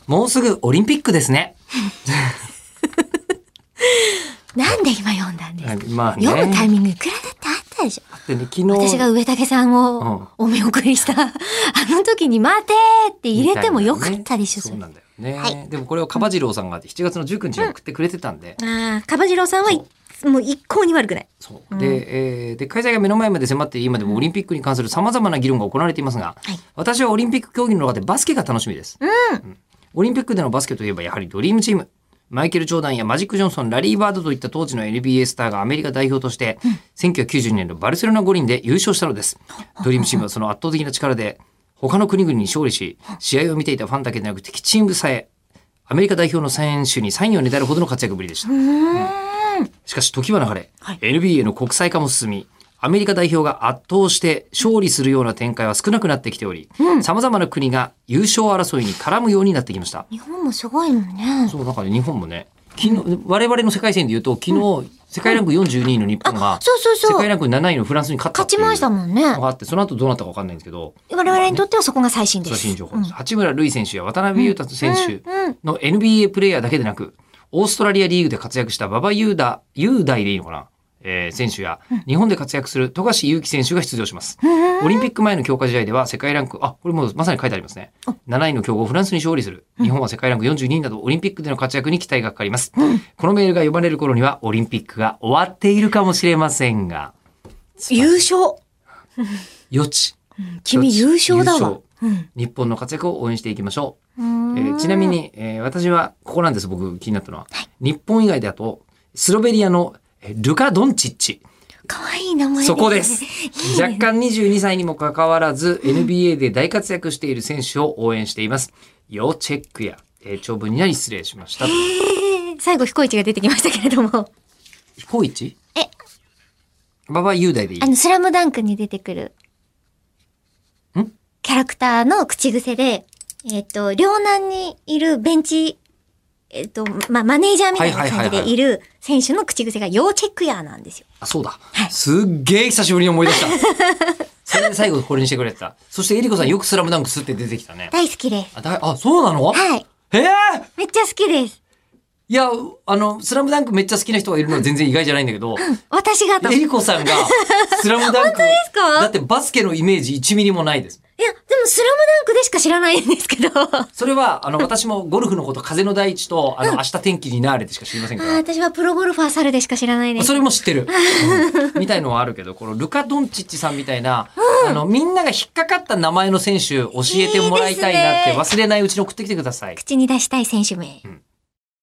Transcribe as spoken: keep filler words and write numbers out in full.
もうすぐオリンピックですね。 なんで今読んだんですか、 まあね、 読むタイミングいくらだってあったでしょ。 だってね、昨日私が上竹さんをお見送りした、うん、あの時に待てーって入れてもよかったでしょ。 そうなんだよね、はい、でもこれをカバジローさんがしちがつのじゅうくにちに送ってくれてたんで、 うん、あカバジローさんはもう一向に悪くない。 そうで、うんえー、で開催が目の前まで迫って今でもオリンピックに関するさまざまな議論が行われていますが、はい、私はオリンピック競技の中でバスケが楽しみです、うんうん、オリンピックでのバスケといえばやはりドリームチーム、マイケル・ジョーダンやマジック・ジョンソン、ラリー・バードといった当時の エヌビーエー スターがアメリカ代表として、うん、せんきゅうひゃくきゅうじゅうにねんのバルセロナ五輪で優勝したのです。ドリームチームはその圧倒的な力で他の国々に勝利し、試合を見ていたファンだけでなく敵チームさえアメリカ代表の選手にサインをねだるほどの活躍ぶりでした。うんしかし時は流れ、はい、エヌビーエー の国際化も進み、アメリカ代表が圧倒して勝利するような展開は少なくなってきており、さまざまな国が優勝争いに絡むようになってきました。 日本もすごいもんね。 そうだから日本もね、昨日我々の世界戦でいうと昨日、うん、世界ランクよんじゅうにいの日本が、うん、そうそうそう世界ランクなないのフランスに勝ったっていう勝ちましたもんね。 があって、その後どうなったか分かんないんですけど、 我々にとってはそこが最新です。 最新情報です、うん、八村塁選手や渡邊雄太選手の エヌビーエー プレイヤーだけでなく、オーストラリアリーグで活躍した馬場雄大、雄大でいいのかな、えー、選手や、うん、日本で活躍する富樫勇樹選手が出場します。オリンピック前の強化試合では世界ランク、あ、これもまさに書いてありますね。なないの強豪フランスに勝利する。日本は世界ランクよんじゅうにいなどオリンピックでの活躍に期待がかかります。うん、このメールが読まれる頃にはオリンピックが終わっているかもしれませんが。 優勝余地、 うん。君優勝だわ。 うん、日本の活躍を応援していきましょう。うえー、ちなみに、えー、私はここなんです。僕気になったのは、はい、日本以外だとスロベニアのルカ・ドンチッチ。 かわいい名前ですね。 そこです。いいね、若干にじゅうにさいにもかかわらず エヌビーエー で大活躍している選手を応援しています。要チェックや、えー、長文になり失礼しました。 最後彦一が出てきましたけれども。 彦一？ え、 馬場雄大でいい？ あのスラムダンクに出てくるんキャラクターの口癖で、えっと両南にいるベンチえっと、まあ、マネージャーみたいな感じでいる選手の口癖が要チェックヤーなんですよ。 あ、そうだ。はい、すっげえ久しぶりに思い出した。それで最後これにしてくれてた。そしてえりこさんよくスラムダンクスって出てきたね。 大好きです。 あ、だあそうなの？ はい。 ええー、 めっちゃ好きです。 いや、あの、スラムダンクめっちゃ好きな人がいるのは全然意外じゃないんだけど。うん、 私がと。 えりこさんがスラムダンク。 本当ですか？ だってバスケのイメージいちミリもないです。 いや、でもスラムダンクでしか知らないんですけど。 それは、あの、私もゴルフのこと、風の大地と、あの、明日天気になれでしか知りませんから。 あ、私はプロゴルファー猿でしか知らないです。 それも知ってる。うん、みたいのはあるけど、このルカ・ドンチッチさんみたいな、うん、あの、みんなが引っかかった名前の選手教えてもらいたいなって忘れないうちに送ってきてください。 口に出したい選手名。 うん